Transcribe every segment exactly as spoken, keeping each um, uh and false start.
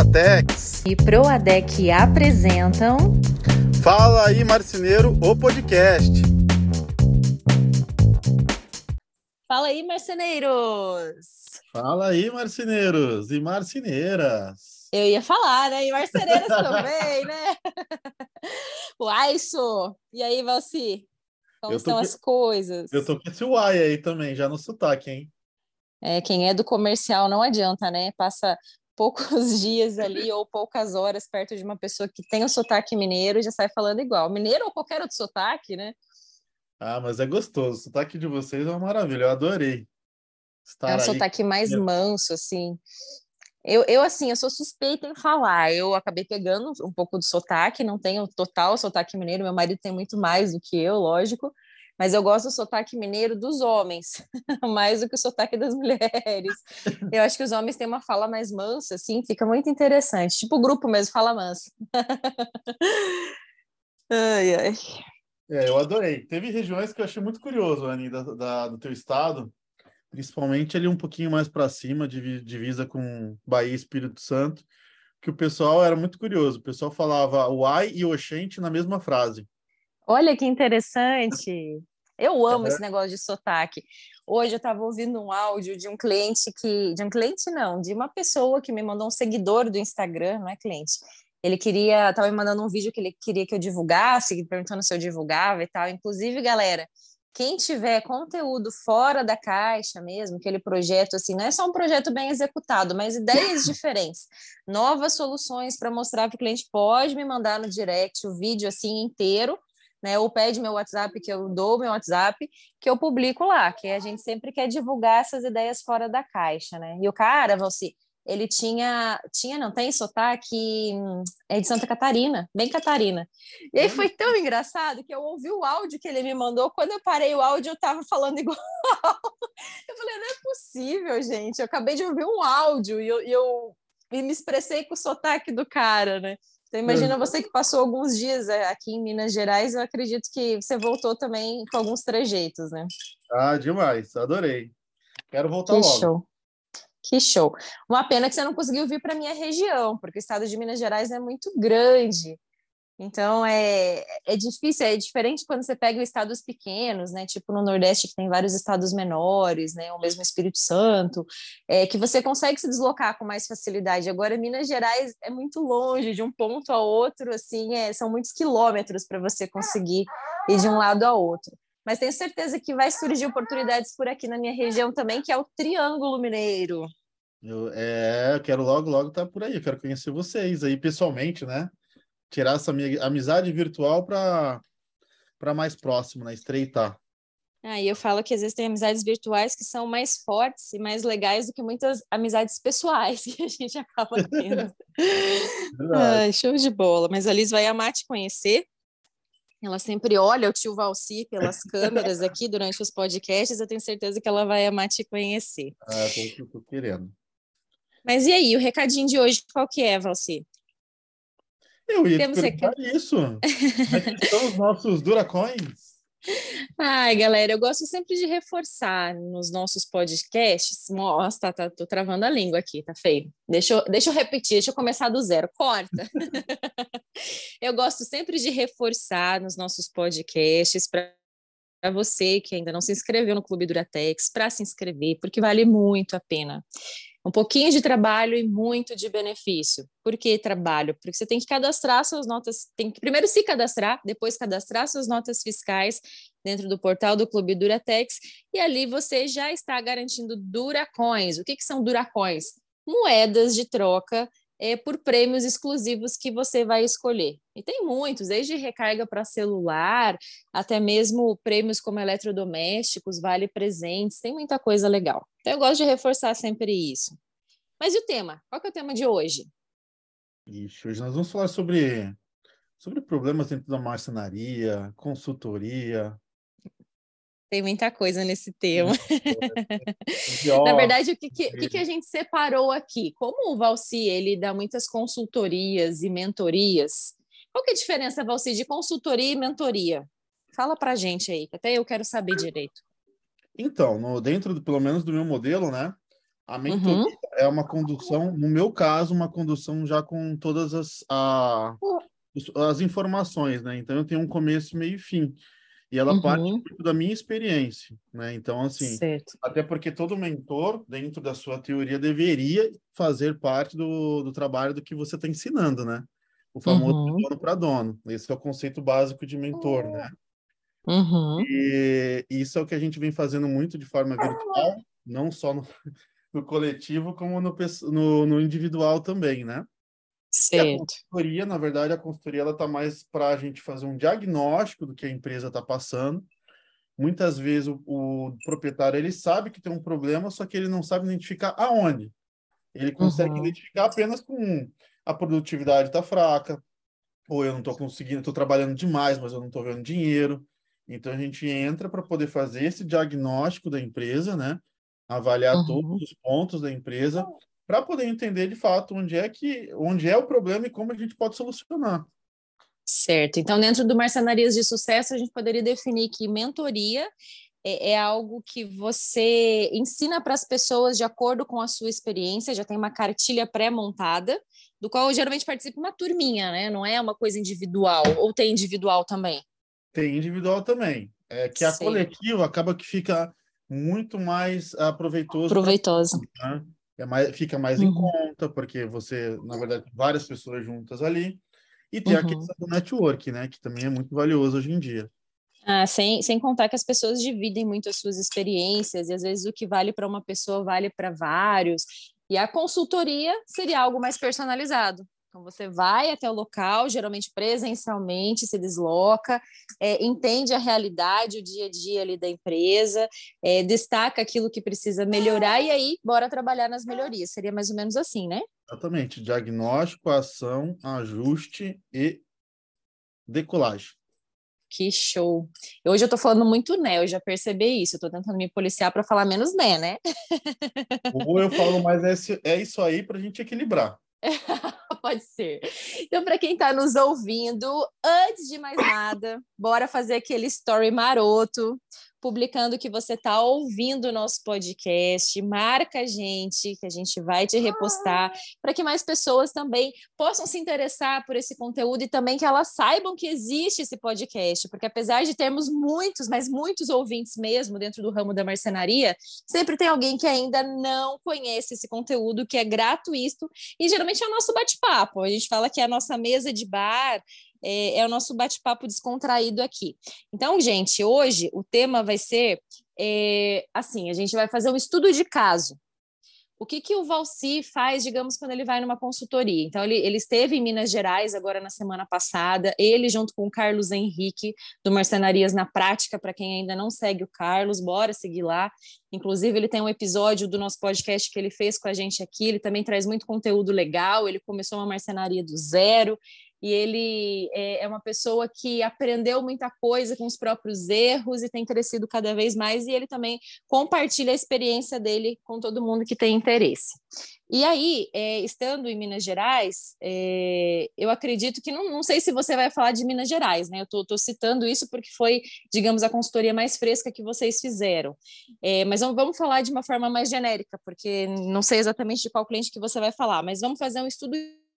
Duratex e Proadec apresentam Fala aí Marceneiro, o podcast. Fala aí, marceneiros! Fala aí, marceneiros e marceneiras. Eu ia falar, né? E marceneiras também, né? Uai, isso! E aí, Valci? Como Eu estão tô, as coisas? eu tô com esse uai aí também, já no sotaque, hein? É, quem é do comercial não adianta, né? Passa poucos dias ali ou poucas horas perto de uma pessoa que tem o sotaque mineiro e já sai falando igual. Mineiro ou qualquer outro sotaque, né? Ah, mas é gostoso. O sotaque de vocês é uma maravilha. Eu adorei É um estar aí. sotaque mais manso, assim. Eu, eu, assim, eu sou suspeita em falar. Eu acabei pegando um pouco do sotaque, não tenho total sotaque mineiro. Meu marido tem muito mais do que eu, lógico. Mas eu gosto do sotaque mineiro dos homens, mais do que o sotaque das mulheres. Eu acho que os homens têm uma fala mais mansa, assim, fica muito interessante. Tipo o grupo mesmo, fala mansa. Ai, ai. É, eu adorei. Teve regiões que eu achei muito curioso, Anny, da, da- do teu estado, principalmente ali um pouquinho mais para cima, divi- divisa com Bahia e Espírito Santo, que o pessoal era muito curioso. O pessoal falava uai e oxente na mesma frase. Olha que interessante. Eu amo Era- esse negócio de sotaque. Hoje eu estava ouvindo um áudio de um cliente que, de um cliente não, de uma pessoa que me mandou um seguidor do Instagram, não é cliente. Ele queria, estava me mandando um vídeo que ele queria que eu divulgasse, perguntando se eu divulgava e tal. Inclusive, galera, quem tiver conteúdo fora da caixa mesmo, aquele projeto assim, não é só um projeto bem executado, mas ideias diferentes, novas soluções para mostrar para o cliente, pode me mandar no direct o vídeo assim inteiro, né? Ou pede meu WhatsApp, que eu dou meu WhatsApp, que eu publico lá, que a gente sempre quer divulgar essas ideias fora da caixa, né? E o cara, Valci, ele tinha, tinha, não tem sotaque, é de Santa Catarina, bem Catarina. E aí foi tão engraçado que eu ouvi o áudio que ele me mandou, quando eu parei o áudio eu tava falando igual. Eu falei, não é possível, gente, eu acabei de ouvir um áudio e eu, e eu e me expressei com o sotaque do cara, né? Então, imagina você que passou alguns dias aqui em Minas Gerais, eu acredito que você voltou também com alguns trejeitos, né? Ah, demais. Adorei. Quero voltar Que logo. show, que show. Uma pena que você não conseguiu vir para minha região, porque o estado de Minas Gerais é muito grande. Então, é, é difícil, é diferente quando você pega estados pequenos, né? Tipo no Nordeste, que tem vários estados menores, né? O mesmo Espírito Santo, é, que você consegue se deslocar com mais facilidade. Agora, Minas Gerais é muito longe, de um ponto a outro, assim, é, são muitos quilômetros para você conseguir ir de um lado a outro. Mas tenho certeza que vai surgir oportunidades por aqui na minha região também, que é o Triângulo Mineiro. Eu, é, eu quero logo, logo estar por aí. Eu quero conhecer vocês aí pessoalmente, né? Tirar essa minha amizade virtual para para mais próximo, né? Estreitar. Ah, e eu falo que às vezes tem amizades virtuais que são mais fortes e mais legais do que muitas amizades pessoais que a gente acaba tendo. Verdade. Ai, show de bola. Mas a Liz vai amar te conhecer. Ela sempre olha o tio Valci pelas câmeras aqui durante os podcasts. Eu tenho certeza que ela vai amar te conhecer. Ah, tô, tô, tô querendo. Mas e aí, o recadinho de hoje qual que é, Valci? Eu ia te Temos perguntar recado. isso. Como é que estão os nossos Duracoins? Ai, galera, eu gosto sempre de reforçar nos nossos podcasts. Nossa, tá, tá, tô travando a língua aqui, tá feio. Deixa eu, deixa eu repetir, deixa eu começar do zero. Corta. Eu gosto sempre de reforçar nos nossos podcasts para você que ainda não se inscreveu no Clube Duratex, para se inscrever, porque vale muito a pena. Um pouquinho de trabalho e muito de benefício. Por que trabalho? Porque você tem que cadastrar suas notas, tem que primeiro se cadastrar, depois cadastrar suas notas fiscais dentro do portal do Clube Duratex, e ali você já está garantindo Duracoins. O que, que são Duracoins? Moedas de troca é, por prêmios exclusivos que você vai escolher. E tem muitos, desde recarga para celular, até mesmo prêmios como eletrodomésticos, vale presentes, tem muita coisa legal. Então eu gosto de reforçar sempre isso. Mas e o tema? Qual que é o tema de hoje? Ixi, hoje nós vamos falar sobre, sobre problemas dentro da marcenaria, consultoria, Tem muita coisa nesse tema. de Na ó, verdade, o que, que, o que, que a gente separou aqui? Como o Valci, ele dá muitas consultorias e mentorias, qual que é a diferença, Valci, de consultoria e mentoria? Fala pra gente aí, que até eu quero saber direito. Então, no, dentro, do, pelo menos do meu modelo, né? A Uhum. mentoria é uma condução, no meu caso, uma condução já com todas as, a, as informações, né? Então, eu tenho um começo, meio e fim. E ela parte Uhum. muito da minha experiência, né? Então, assim, Certo. até porque todo mentor, dentro da sua teoria, deveria fazer parte do, do trabalho do que você está ensinando, né? O famoso de Uhum. dono para dono. Esse é o conceito básico de mentor, né? Uhum. E isso é o que a gente vem fazendo muito de forma virtual, não só no, no coletivo, como no, pesso- no, no individual também, né? E a Certo. consultoria, na verdade, a consultoria ela está mais para a gente fazer um diagnóstico do que a empresa está passando. Muitas vezes o, o proprietário ele sabe que tem um problema, só que ele não sabe identificar aonde. Ele consegue Uhum. identificar apenas com um, a produtividade está fraca, ou eu não estou conseguindo, estou trabalhando demais, mas eu não estou vendo dinheiro. Então a gente entra para poder fazer esse diagnóstico da empresa, né? Avaliar todos Uhum. os pontos da empresa para poder entender de fato onde é que onde é o problema e como a gente pode solucionar. Certo. Então, dentro do Marcenarias de Sucesso, a gente poderia definir que mentoria é, é algo que você ensina para as pessoas de acordo com a sua experiência, já tem uma cartilha pré-montada, do qual geralmente participa uma turminha, né? Não é uma coisa individual, ou tem individual também. Tem individual também, é que a Certo. coletiva acaba que fica muito mais aproveitoso para, Proveitosa. né? É mais, fica mais em Uhum. conta, porque você, na verdade, tem várias pessoas juntas ali. E tem a Uhum. questão do network, né? Que também é muito valioso hoje em dia. Ah, sem, sem contar que as pessoas dividem muito as suas experiências, e às vezes o que vale para uma pessoa vale para vários. E a consultoria seria algo mais personalizado. Então, você vai até o local, geralmente presencialmente, se desloca, é, entende a realidade, o dia a dia ali da empresa, é, destaca aquilo que precisa melhorar, e aí, bora trabalhar nas melhorias. Seria mais ou menos assim, né? Exatamente. Diagnóstico, ação, ajuste e decolagem. Que show. Hoje eu tô falando muito né, eu já percebi isso. Eu tô tentando me policiar para falar menos né, né? Ou eu falo, mas é, esse- é isso aí para a gente equilibrar. Pode ser. Então, para quem está nos ouvindo, antes de mais nada, bora fazer aquele story maroto, publicando que você está ouvindo o nosso podcast. Marca a gente, que a gente vai te repostar, para que mais pessoas também possam se interessar por esse conteúdo e também que elas saibam que existe esse podcast, porque apesar de termos muitos, mas muitos ouvintes mesmo dentro do ramo da marcenaria, sempre tem alguém que ainda não conhece esse conteúdo, que é gratuito e geralmente é o nosso bate-papo. A gente fala que é a nossa mesa de bar, é, é o nosso bate-papo descontraído aqui. Então, gente, hoje o tema vai ser é, assim: a gente vai fazer um estudo de caso. O que, que o Valci faz, digamos, quando ele vai numa consultoria? Então, ele, ele esteve em Minas Gerais agora na semana passada, ele junto com o Carlos Henrique, do Marcenarias na Prática, para quem ainda não segue o Carlos, bora seguir lá. Inclusive, ele tem um episódio do nosso podcast que ele fez com a gente aqui, ele também traz muito conteúdo legal, ele começou uma marcenaria do zero, e ele é, é uma pessoa que aprendeu muita coisa com os próprios erros e tem crescido cada vez mais, e ele também compartilha a experiência dele com todo mundo que tem interesse. E aí, é, estando em Minas Gerais, é, eu acredito que, não, não sei se você vai falar de Minas Gerais, né? Eu estou citando isso porque foi, digamos, a consultoria mais fresca que vocês fizeram. É, mas vamos, vamos falar de uma forma mais genérica, porque não sei exatamente de qual cliente que você vai falar, mas vamos fazer um estudo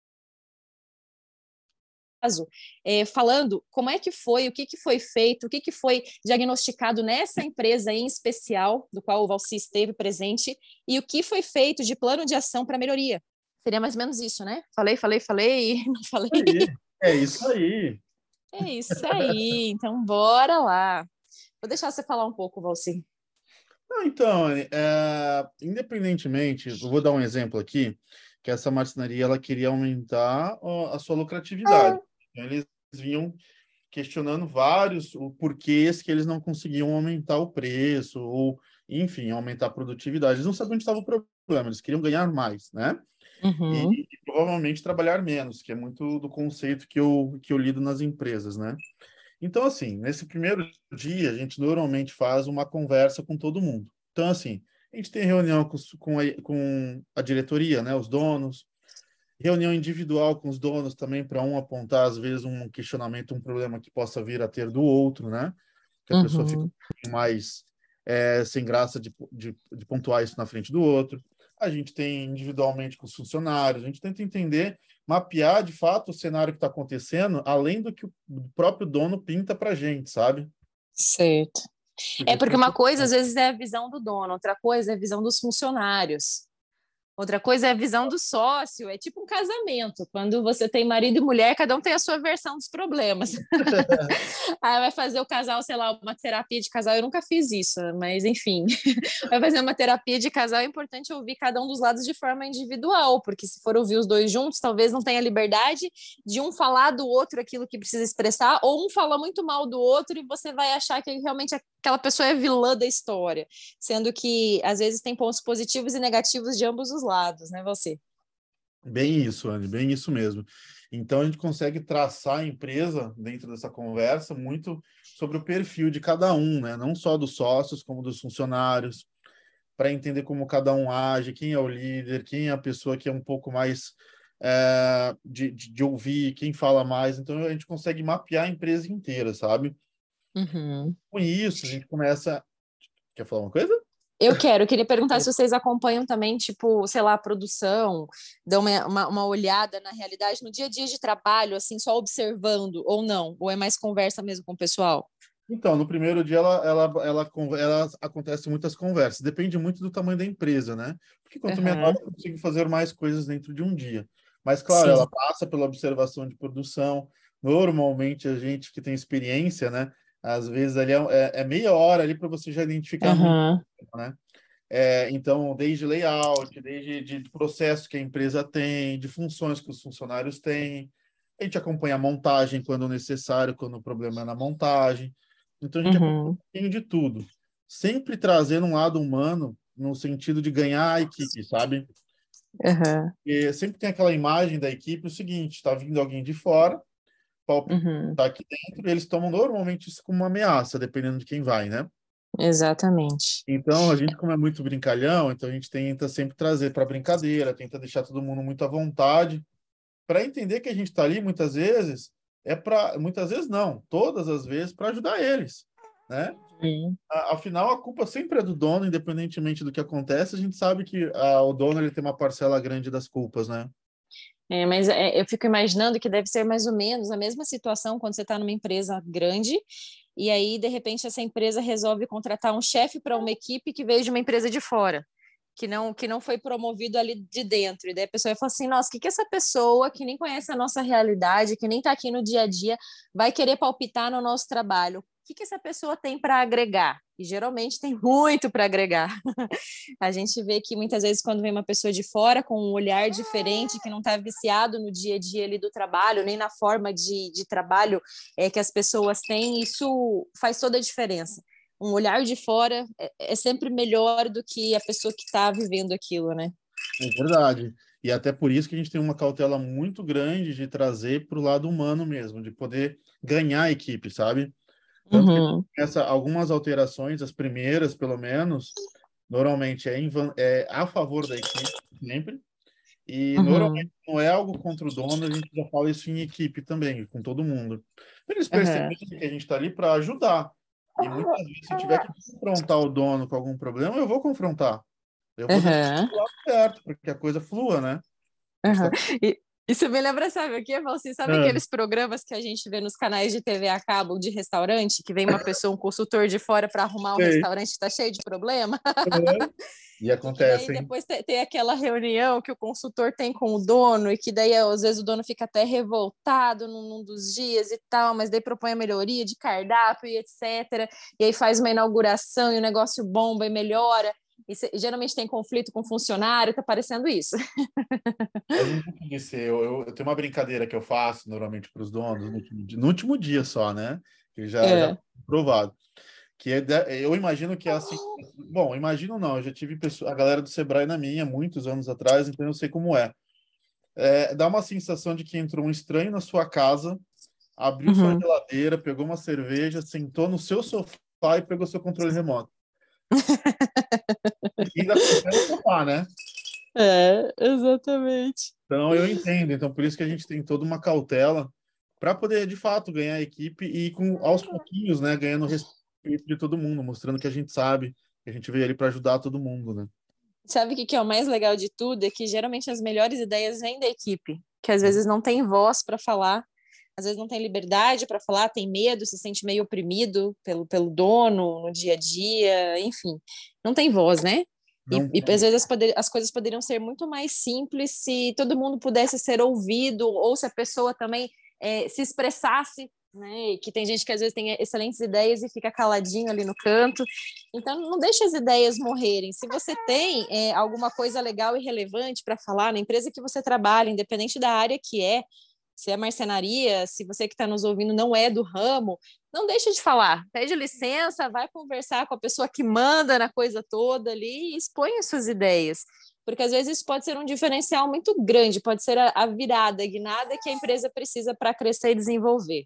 caso, é, falando como é que foi, o que, que foi feito, o que, que foi diagnosticado nessa empresa em especial, do qual o Valci esteve presente, e o que foi feito de plano de ação para melhoria. Seria mais ou menos isso, né? Falei, falei, falei, não falei. Aí, é isso aí. É isso aí, então bora lá. Vou deixar você falar um pouco, Valci. Não, então, Anny, é, independentemente, eu vou dar um exemplo aqui, que essa marcenaria ela queria aumentar ó, a sua lucratividade. Então, eles vinham questionando vários o porquês que eles não conseguiam aumentar o preço ou, enfim, aumentar a produtividade. Eles não sabiam onde estava o problema, eles queriam ganhar mais, né? E, Uhum, e provavelmente trabalhar menos, que é muito do conceito que eu, que eu lido nas empresas, né? Então, assim, nesse primeiro dia, a gente normalmente faz uma conversa com todo mundo. Então, assim, a gente tem reunião com, os- com, a, com a diretoria, né, os donos, reunião individual com os donos também, para um apontar, às vezes, um questionamento, um problema que possa vir a ter do outro, né? Que a pessoa fica um uhum, pouquinho mais é, sem graça de, de, de pontuar isso na frente do outro. a gente tem individualmente com os funcionários, a gente tenta entender, mapear de fato o cenário que está acontecendo, além do que o próprio dono pinta para a gente, sabe? Certo. É Porque porque tem... uma coisa, às vezes, é a visão do dono, outra coisa é a visão dos funcionários. Outra coisa é a visão do sócio, é tipo um casamento. Quando você tem marido e mulher, cada um tem a sua versão dos problemas. Aí vai fazer o casal, sei lá, uma terapia de casal. Eu nunca fiz isso, mas enfim. Vai fazer uma terapia de casal, é importante ouvir cada um dos lados de forma individual, porque se for ouvir os dois juntos, talvez não tenha liberdade de um falar do outro aquilo que precisa expressar, ou um fala muito mal do outro e você vai achar que realmente aquela pessoa é vilã da história, sendo que às vezes tem pontos positivos e negativos de ambos os lados, né, você? Bem isso, Anne, bem isso mesmo. Então, a gente consegue traçar a empresa dentro dessa conversa muito sobre o perfil de cada um, né? Não só dos sócios, como dos funcionários, para entender como cada um age, quem é o líder, quem é a pessoa que é um pouco mais é, de, de, de ouvir, quem fala mais. Então, a gente consegue mapear a empresa inteira, sabe? Uhum. Com isso, a gente começa... Quer falar uma coisa? Eu quero, eu queria perguntar se vocês acompanham também, tipo, sei lá, a produção, dão uma, uma, uma olhada na realidade no dia a dia de trabalho, assim, só observando, ou não? Ou é mais conversa mesmo com o pessoal? Então, no primeiro dia, ela, ela, ela, ela acontece muitas conversas. Depende muito do tamanho da empresa, né? Porque quanto menor, Uhum. eu consigo fazer mais coisas dentro de um dia. Mas, claro, ela Sim. passa pela observação de produção. Normalmente, a gente que tem experiência, né? Às vezes, ali é, é é meia hora ali para você já identificar muito, Uhum. né? É, então, desde layout, desde de processo que a empresa tem, de funções que os funcionários têm. A gente acompanha a montagem quando necessário, quando o problema é na montagem. Então, a gente acompanha um Uhum. pouquinho de tudo. Sempre trazendo um lado humano no sentido de ganhar a equipe, sabe? Uhum. E sempre tem aquela imagem da equipe, o seguinte, está vindo alguém de fora, palpita Uhum. aqui dentro, e eles tomam normalmente isso como uma ameaça, dependendo de quem vai, né? Exatamente. Então, a gente, como é muito brincalhão, então a gente tenta sempre trazer para brincadeira, tenta deixar todo mundo muito à vontade, para entender que a gente está ali, muitas vezes, é para. Muitas vezes não, todas as vezes, para ajudar eles, né? Uhum. A- Afinal, a culpa sempre é do dono, independentemente do que acontece, a gente sabe que ah, o dono ele tem uma parcela grande das culpas, né? É, mas é, eu fico imaginando que deve ser mais ou menos a mesma situação quando você está numa empresa grande e aí, de repente, essa empresa resolve contratar um chefe para uma equipe que veio de uma empresa de fora, que não, que não foi promovido ali de dentro. E daí a pessoa fala assim: nossa, o que, que essa pessoa que nem conhece a nossa realidade, que nem está aqui no dia a dia, vai querer palpitar no nosso trabalho? O que, que essa pessoa tem para agregar? E geralmente tem muito para agregar. A gente vê que muitas vezes quando vem uma pessoa de fora com um olhar diferente, que não está viciado no dia a dia ali do trabalho, nem na forma de, de trabalho é, que as pessoas têm, isso faz toda a diferença. Um olhar de fora é, é sempre melhor do que a pessoa que está vivendo aquilo, né? É verdade. E até por isso que a gente tem uma cautela muito grande de trazer para o lado humano mesmo, de poder ganhar a equipe, sabe? Tanto que Uhum, essa, algumas alterações, as primeiras, pelo menos, normalmente é, em van- é a favor da equipe, sempre. E normalmente uhum, não é algo contra o dono, a gente já fala isso em equipe também, com todo mundo. Pra eles uhum, perceberem que a gente está ali para ajudar. E muitas vezes, se eu tiver que confrontar o dono com algum problema, eu vou confrontar. Eu vou deixar uhum. do lado certo, porque a coisa flua, né? A gente Uhum. tá... E isso me lembra, sabe o quê, Valci? Sabe Ah, aqueles programas que a gente vê nos canais de T V a cabo de restaurante, que vem uma pessoa, um consultor de fora para arrumar um sei. restaurante que está cheio de problema? Uhum. E E que daí acontece, hein? depois te- tem aquela reunião que o consultor tem com o dono, e que daí às vezes o dono fica até revoltado num, num dos dias e tal, mas daí propõe a melhoria de cardápio e etcétera. E aí faz uma inauguração e o negócio bomba e melhora. E cê- geralmente tem conflito com o funcionário, tá parecendo isso. Mas não tem que ser. Eu, eu, eu tenho uma brincadeira que eu faço normalmente para os donos no último, dia- no último dia só, né? Que já já É. tá provado. Que é de- eu imagino que é assim. Bom, imagino não, eu já tive pessoa, a galera do Sebrae na minha muitos anos atrás, então eu sei como é. É, dá uma sensação de que entrou um estranho na sua casa, abriu sua Uhum. geladeira, pegou uma cerveja, sentou no seu sofá e pegou seu controle remoto. E ainda confere o sofá, né? É, exatamente. Então eu entendo. Então por isso que a gente tem toda uma cautela para poder de fato ganhar a equipe e com aos pouquinhos, né, ganhando o respeito de todo mundo, mostrando que a gente sabe, que a gente veio ali para ajudar todo mundo, né? Sabe o que que é o mais legal de tudo? É que geralmente as melhores ideias vêm da equipe, que às vezes não tem voz para falar, às vezes não tem liberdade para falar, tem medo, se sente meio oprimido pelo, pelo dono no dia a dia, enfim, não tem voz, né? E, Não e às tem. vezes as, poder, as coisas poderiam ser muito mais simples se todo mundo pudesse ser ouvido, ou se a pessoa também é, se expressasse, né? Que tem gente que às vezes tem excelentes ideias e fica caladinho ali no canto. Então, não deixe as ideias morrerem. Se você tem é, alguma coisa legal e relevante para falar na empresa que você trabalha, independente da área que é, se é marcenaria, se você que está nos ouvindo não é do ramo, não deixe de falar. Pede licença, vai conversar com a pessoa que manda na coisa toda ali e expõe as suas ideias. Porque às vezes isso pode ser um diferencial muito grande, pode ser a, a virada, a guinada que a empresa precisa para crescer e desenvolver.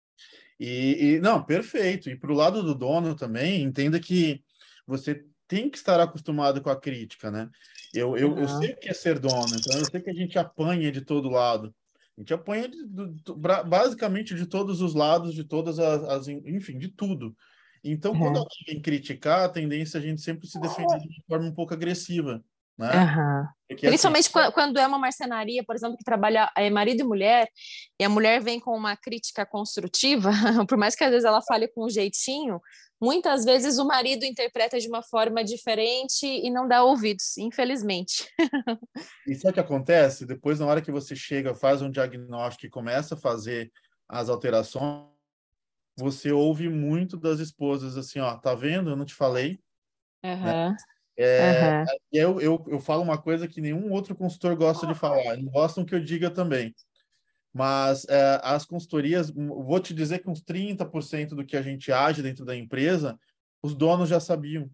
E, e não, perfeito. E para o lado do dono também, entenda que você tem que estar acostumado com a crítica, né? Eu, eu, eu Uhum. sei o que é ser dono, então eu sei que a gente apanha de todo lado. A gente apanha de, do- do- bra- basicamente de todos os lados, de todas as, as- enfim, de tudo. Então, quando Uhum. alguém vem criticar, a tendência é a gente sempre se defender de forma um pouco agressiva, né? Uhum. Porque assim, Principalmente qua- quando é uma marcenaria, por exemplo, que trabalha é, marido e mulher, e a mulher vem com uma crítica construtiva, por mais que às vezes ela fale com um jeitinho, muitas vezes o marido interpreta de uma forma diferente e não dá ouvidos, infelizmente. e sabe o que acontece? Depois, na hora que você chega, faz um diagnóstico e começa a fazer as alterações, você ouve muito das esposas assim, ó, tá vendo? Eu não te falei, né? Uhum. É, Uhum. e eu, eu, eu falo uma coisa que nenhum outro consultor gosta de falar, eles gostam que eu diga também. Mas é, as consultorias, vou te dizer que uns trinta por cento do que a gente age dentro da empresa, os donos já sabiam.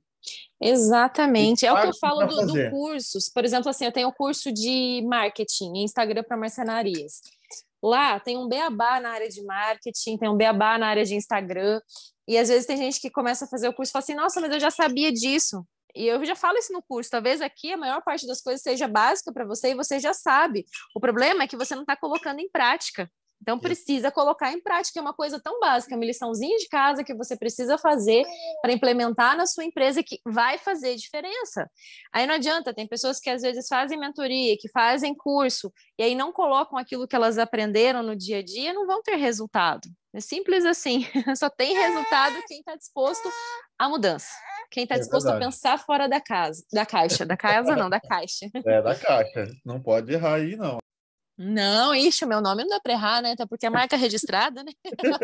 Eles Exatamente. É o que eu partem falo para do, do fazer. curso. Por exemplo, assim, eu tenho o curso de marketing em Instagram para marcenarias. Lá tem um beabá na área de marketing, tem um beabá na área de Instagram. E às vezes tem gente que começa a fazer o curso e fala assim: nossa, mas eu já sabia disso. E eu já falo isso no curso. Talvez aqui a maior parte das coisas seja básica para você e você já sabe. O problema é que você não está colocando em prática. Então precisa colocar em prática, é uma coisa tão básica, uma liçãozinha de casa que você precisa fazer para implementar na sua empresa que vai fazer diferença. Aí não adianta, tem pessoas que às vezes fazem mentoria, que fazem curso, e aí não colocam aquilo que elas aprenderam no dia a dia, não vão ter resultado. É simples assim. Só tem resultado quem está disposto à mudança. Quem está É disposto a verdade. pensar fora da casa, da caixa, da casa não, da caixa. É da caixa. Não pode errar aí, não. Não, ixi, meu nome não dá para errar, né? Até porque é marca registrada, né?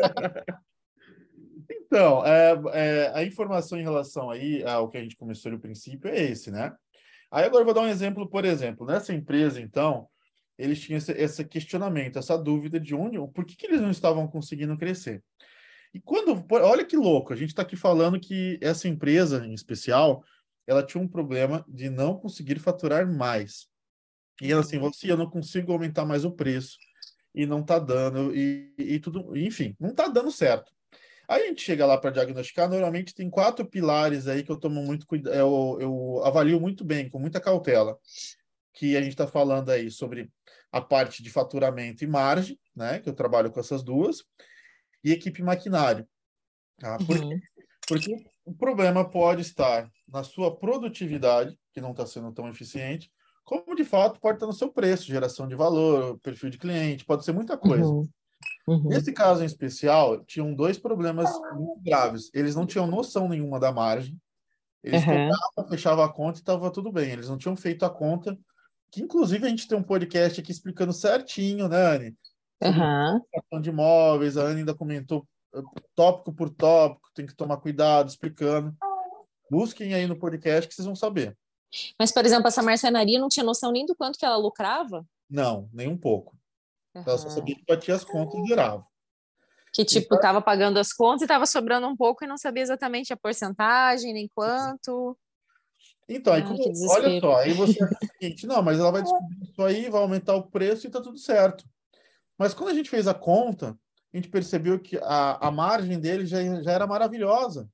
Então, é, é, a informação em relação aí ao que a gente começou no princípio é esse, né? Aí agora eu vou dar um exemplo, por exemplo, nessa empresa, então, eles tinham esse, esse questionamento, essa dúvida de onde, por que que eles não estavam conseguindo crescer. E quando, pô, olha que louco, a gente está aqui falando que essa empresa em especial, ela tinha um problema de não conseguir faturar mais. E ela assim, Uhum. você, eu não consigo aumentar mais o preço e não tá dando e, e tudo, enfim, não tá dando certo. Aí a gente chega lá para diagnosticar, normalmente tem quatro pilares aí que eu tomo muito cuidado, eu, eu avalio muito bem, com muita cautela, que a gente está falando aí sobre a parte de faturamento e margem, né, que eu trabalho com essas duas, e equipe e maquinário. Tá? Por quê? Uhum. Porque o problema pode estar na sua produtividade, que não está sendo tão eficiente, como de fato pode estar no seu preço, geração de valor, perfil de cliente, pode ser muita coisa. Uhum. Uhum. Nesse caso em especial, tinham dois problemas muito graves. Eles não tinham noção nenhuma da margem, eles Uhum. cobravam, fechavam a conta e estava tudo bem. Eles não tinham feito a conta, que inclusive a gente tem um podcast aqui explicando certinho, né, Anne? Sobre Uhum. questão de imóveis, a Anne ainda comentou eh, tópico por tópico, tem que tomar cuidado, explicando. Busquem aí no podcast que vocês vão saber. Mas, por exemplo, essa marcenaria não tinha noção nem do quanto que ela lucrava? Não, nem um pouco. Ela só sabia Uhum. que batia as contas e zerava. Que, E, tipo, tava pagando as contas e tava sobrando um pouco e não sabia exatamente a porcentagem, nem quanto. então, aí Ai, que como, olha desespero. só, aí você acha o seguinte, não, mas ela vai descobrir isso aí, vai aumentar o preço e tá tudo certo. Mas quando a gente fez a conta, a gente percebeu que a, a margem dele já, já era maravilhosa.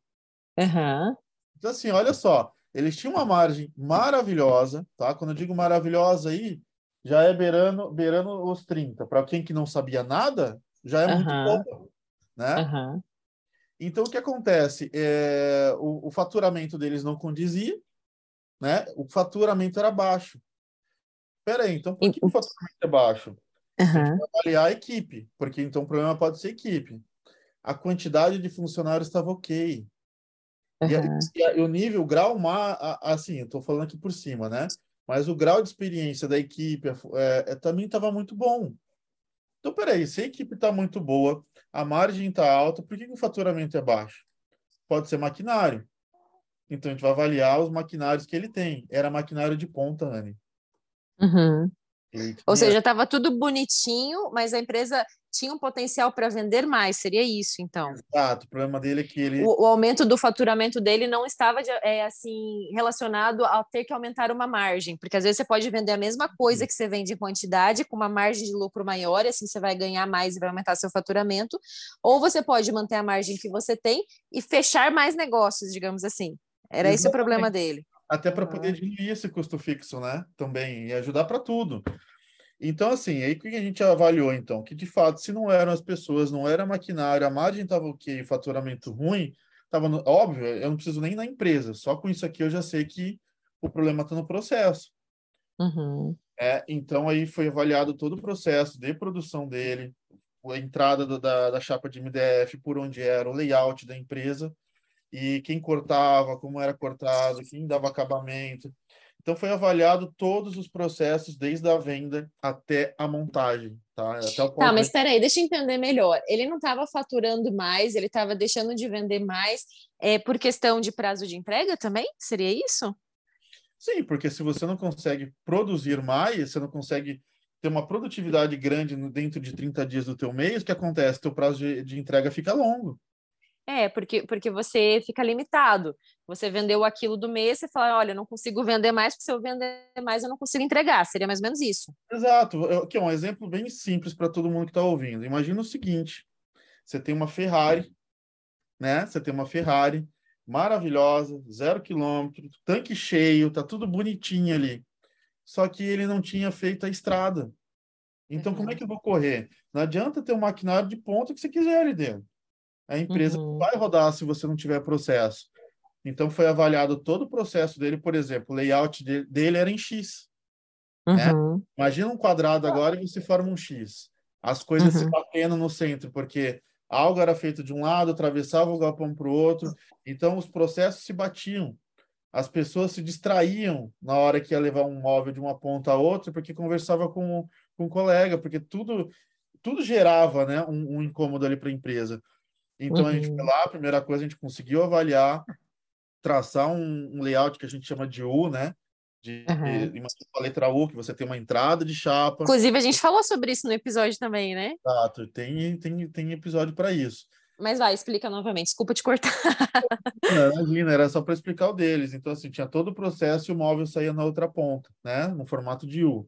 Uhum. Então, assim, olha só, eles tinham uma margem maravilhosa, tá? Quando eu digo maravilhosa aí, já é beirando, beirando os trinta. Para quem que não sabia nada, já é muito Uhum. boa, né? Uhum. Então, o que acontece? É, o, o faturamento deles não condizia, né? O faturamento era baixo. Peraí, então por que o faturamento é baixo? Uhum. A gente vai avaliar a equipe, porque então o problema pode ser equipe. A quantidade de funcionários estava ok. Uhum. E, a, e, a, e o nível, o grau, a, assim, eu estou falando aqui por cima, né? Mas o grau de experiência da equipe é, é, também estava muito bom. Então, peraí, se a equipe está muito boa, a margem está alta, por que, que o faturamento é baixo? Pode ser maquinário. Então, a gente vai avaliar os maquinários que ele tem. Era maquinário de ponta, Anne. Uhum. Ou seja, estava tudo bonitinho, mas a empresa tinha um potencial para vender mais, seria isso, então? Exato, o problema dele é que ele... O, o aumento do faturamento dele não estava, de, é, assim, relacionado ao ter que aumentar uma margem, porque às vezes você pode vender a mesma coisa que você vende em quantidade, com uma margem de lucro maior, e assim você vai ganhar mais e vai aumentar seu faturamento, ou você pode manter a margem que você tem e fechar mais negócios, digamos assim. Era Exatamente. Esse o problema dele. Até para uhum. poder diminuir esse custo fixo, né? Também, e ajudar para tudo. Então, assim, aí o que a gente avaliou, então? Que, de fato, se não eram as pessoas, não era a maquinário, a margem estava ok, o faturamento ruim, estava óbvio, eu não preciso nem na empresa, só com isso aqui eu já sei que o problema está no processo. Uhum. É, então, aí foi avaliado todo o processo de produção dele, a entrada do, da, da chapa de M D F, por onde era, o layout da empresa, e quem cortava, como era cortado, quem dava acabamento. Então, foi avaliado todos os processos, desde a venda até a montagem. Tá, até o tá mas espera aí, deixa eu entender melhor. Ele não estava faturando mais, ele estava deixando de vender mais é, por questão de prazo de entrega também? Seria isso? Sim, porque se você não consegue produzir mais, você não consegue ter uma produtividade grande dentro de trinta dias do teu mês, o que acontece? O teu prazo de, de entrega fica longo. É, porque, porque você fica limitado. Você vendeu aquilo do mês, você fala, olha, eu não consigo vender mais, porque se eu vender mais, eu não consigo entregar. Seria mais ou menos isso. Exato. Aqui é um exemplo bem simples para todo mundo que está ouvindo. Imagina o seguinte, você tem uma Ferrari, né? Você tem uma Ferrari maravilhosa, zero quilômetro, tanque cheio, tá tudo bonitinho ali. Só que ele não tinha feito a estrada. Então, uhum. como é que eu vou correr? Não adianta ter um maquinário de ponta que você quiser ali dentro. A empresa uhum. vai rodar se você não tiver processo. Então, foi avaliado todo o processo dele, por exemplo, o layout dele era em X. Uhum. Né? Imagina um quadrado agora e você forma um X. As coisas uhum. se batendo no centro, porque algo era feito de um lado, atravessava o galpão para o outro, então os processos se batiam. As pessoas se distraíam na hora que ia levar um móvel de uma ponta a outra, porque conversava com, com um colega, porque tudo, tudo gerava, né, um, um incômodo ali para a empresa. Então, uhum. a gente foi lá, a primeira coisa, a gente conseguiu avaliar, traçar um, um layout que a gente chama de U, né? De, uhum. de uma letra U, que você tem uma entrada de chapa. Inclusive, a gente falou sobre isso no episódio também, né? Exato, tem, tem, tem episódio para isso. Mas vai, explica novamente, desculpa te cortar. Não, imagina, era só para explicar o deles. Então, assim, tinha todo o processo e o móvel saía na outra ponta, né? No formato de U.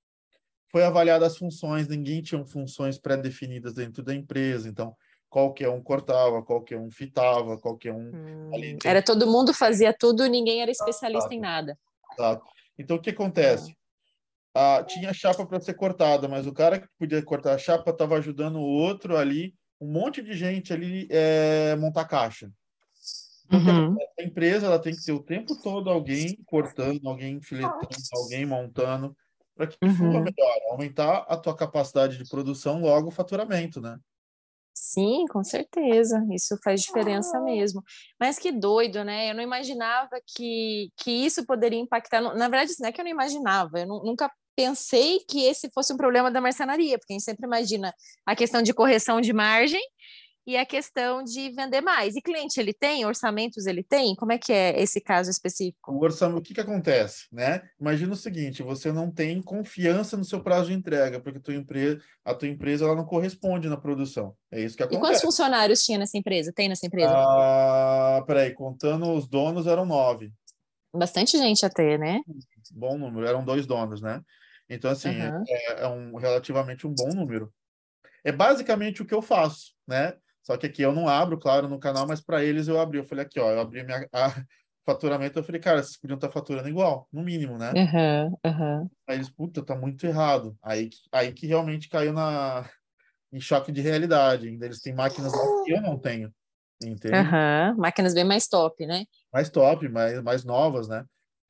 Foi avaliada as funções, ninguém tinha funções pré-definidas dentro da empresa, então qualquer um cortava, qualquer um fitava, qualquer um... Hum, ali, era todo mundo fazia tudo, ninguém era especialista ah, em nada. Exato. Então, o que acontece? Ah. Ah, tinha chapa para ser cortada, mas o cara que podia cortar a chapa estava ajudando o outro ali, um monte de gente ali é, montar caixa. Então, uhum. a empresa ela tem que ter o tempo todo alguém cortando, alguém filetando, alguém montando, para que uhum. flua melhor, aumentar a tua capacidade de produção, logo o faturamento, né? Sim, com certeza, isso faz diferença mesmo. Mas que doido, né? Eu não imaginava que, que isso poderia impactar. Na verdade, não é que eu não imaginava, eu nunca pensei que esse fosse um problema da marcenaria, porque a gente sempre imagina a questão de correção de margem e a questão de vender mais. E cliente ele tem? Orçamentos ele tem? Como é que é esse caso específico? O orçamento, o que que acontece, né? Imagina o seguinte, você não tem confiança no seu prazo de entrega, porque a tua empresa, a tua empresa ela não corresponde na produção. É isso que acontece. E quantos funcionários tinha nessa empresa? Tem nessa empresa? Ah, peraí, contando os donos, eram nove. Bastante gente até, né? Bom número, eram dois donos, né? Então, assim, uhum. é, é um, relativamente um bom número. É basicamente o que eu faço, né? Só que aqui eu não abro, claro, no canal, mas para eles eu abri. Eu falei aqui, ó, eu abri minha a, faturamento, eu falei, cara, vocês podiam estar faturando igual, no mínimo, né? Uhum, uhum. Aí eles, puta, tá muito errado. Aí, aí que realmente caiu na, em choque de realidade. Ainda eles têm máquinas lá que eu não tenho, entende? Uhum. Máquinas bem mais top, né? Mais top, mais, mais novas, né?